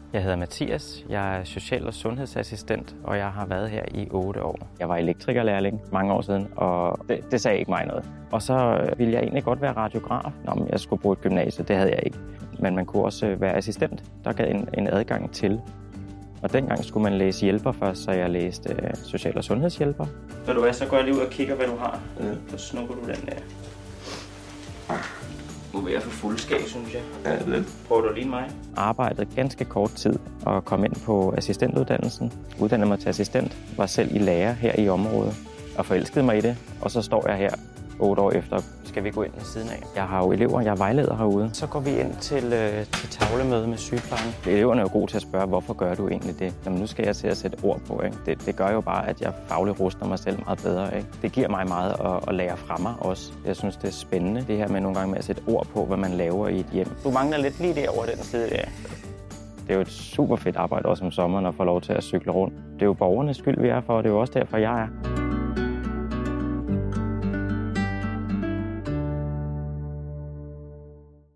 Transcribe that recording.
Jeg hedder Mathias, jeg er social- og sundhedsassistent, og jeg har været her i 8 år. Jeg var elektrikerlærling mange år siden, og det sagde ikke mig noget. Og så ville jeg egentlig godt være radiograf, når jeg skulle bruge et gymnasie, det havde jeg ikke. Men man kunne også være assistent, der gav en adgang til. Og dengang skulle man læse hjælper først, så jeg læste social- og sundhedshjælper. Ved du hvad, så går jeg lige ud og kigger, hvad du har. Så snupper du den der. Du er ved at få fuldskab, synes jeg. Ja, lidt. Prøver du lige mig? Arbejdede ganske kort tid og kom ind på assistentuddannelsen. Uddannede mig til assistent, var selv i lærer her i området og forelskede mig i det. Og så står jeg her 8 år efter. Skal vi gå ind ved siden af? Jeg har jo elever, jeg er vejleder herude. Så går vi ind til tavlemøde med sygeplejen. Eleverne er jo gode til at spørge, hvorfor gør du egentlig det? Jamen, nu skal jeg til at sætte ord på. Ikke? Det gør jo bare, at jeg fagligt ruster mig selv meget bedre. Ikke? Det giver mig meget at lære fra mig også. Jeg synes, det er spændende, det her med nogle gange med at sætte ord på, hvad man laver i et hjem. Du mangler lidt lige derovre den side der. Det er jo et super fedt arbejde også om sommeren at få lov til at cykle rundt. Det er jo borgernes skyld, vi er for, og det er jo også derfor, jeg er.